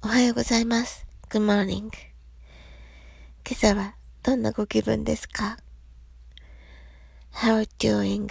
おはようございます。Good morning. 今朝はどんなご気分ですか？ How are you doing?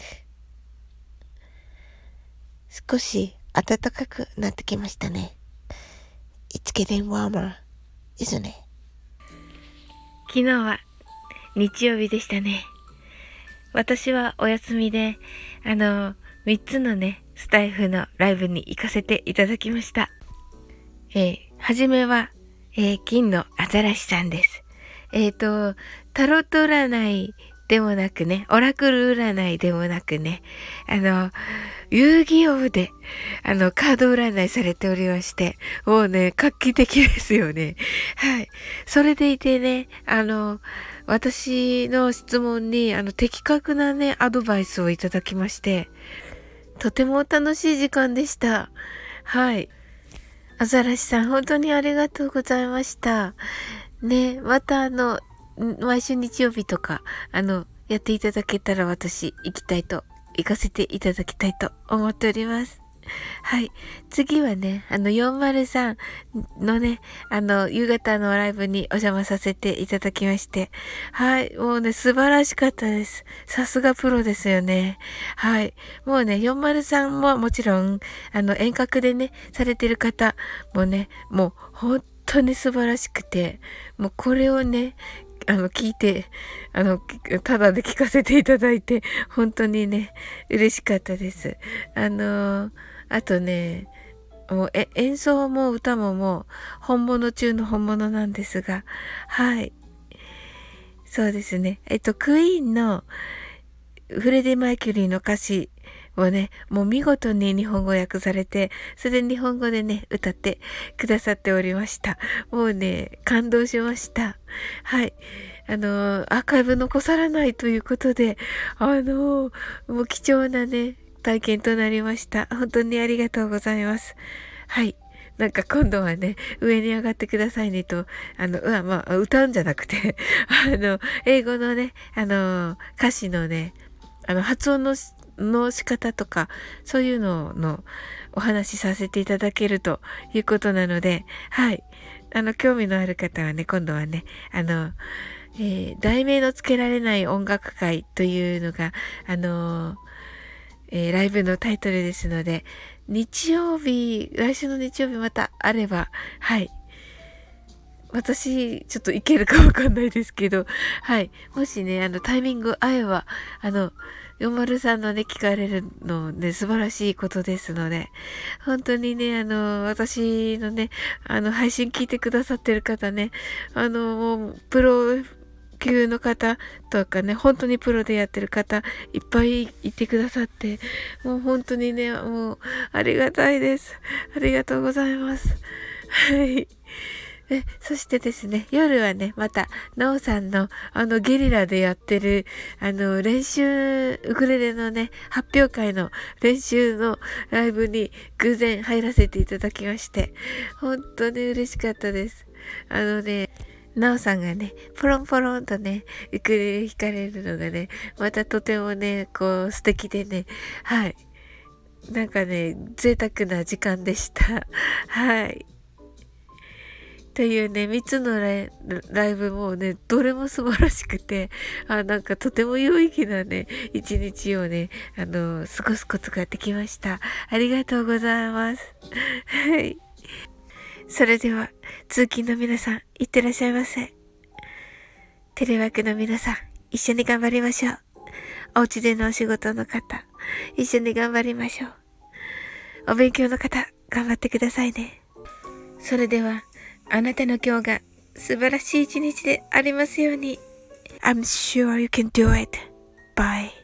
少し暖かくなってきましたね。It's getting warmer, isn't it? 昨日は日曜日でしたね。私はお休みで、3つのね、スタイフのライブに行かせていただきました。はじめは、金のアザラシさんです。タロット占いでもなくね、オラクル占いでもなくね、遊戯王で、カード占いされておりまして、もうね、画期的ですよね。はい。それでいてね、私の質問に、的確なね、アドバイスをいただきまして、とても楽しい時間でした。はい。アザラシさん、本当にありがとうございました。ね、また毎週日曜日とか、やっていただけたら私、行かせていただきたいと思っております。はい。次はね、403のね、夕方のライブにお邪魔させていただきまして、はい。もうね、素晴らしかったです。さすがプロですよね。はい。もうね、403ももちろん、遠隔でね、されてる方もね、もう本当に素晴らしくて、もうこれをね、聞いて、ただで聞かせていただいて、本当にね、嬉しかったです。あとね、もう演奏も歌ももう本物中の本物なんですが、はい。そうですね。クイーンのフレディ・マーキュリーの歌詞をね、もう見事に日本語訳されて、それで日本語でね、歌ってくださっておりました。もうね、感動しました。はい。アーカイブ残さらないということで、もう貴重なね、体験となりました。本当にありがとうございます。はい。なんか今度はね、上に上がってくださいねと、歌うんじゃなくて、英語のね、歌詞のね、発音の仕方とか、そういうののお話しさせていただけるということなので、はい。興味のある方はね、今度はね、題名のつけられない音楽会というのが、ライブのタイトルですので、来週の日曜日またあれば、はい。私、ちょっといけるかわかんないですけど、はい。もしね、タイミング合えば、403のね、聞かれるのね、素晴らしいことですので、本当にね、私のね、配信聞いてくださってる方ね、もう、プロ級の方とかね、本当にプロでやってる方、いっぱいいてくださって、もう本当にね、もう、ありがたいです。ありがとうございます。はい。そしてですね、夜はね、また、なおさんの、ゲリラでやってる、練習、ウクレレのね、発表会の練習のライブに偶然入らせていただきまして、本当に嬉しかったです。なおさんがね、ポロンポロンとね、ウクレレ弾かれるのがね、またとてもね、こう素敵でね、はい。なんかね、贅沢な時間でした。はい。というね、3つのライブもね、どれも素晴らしくて、なんかとても有意義なね、一日をね、過ごすことができました。ありがとうございます。はい。それでは、通勤の皆さん、いってらっしゃいませ。テレワークの皆さん、一緒に頑張りましょう。お家でのお仕事の方、一緒に頑張りましょう。お勉強の方、頑張ってくださいね。それでは、あなたの今日が素晴らしい一日でありますように。I'm sure you can do it. Bye.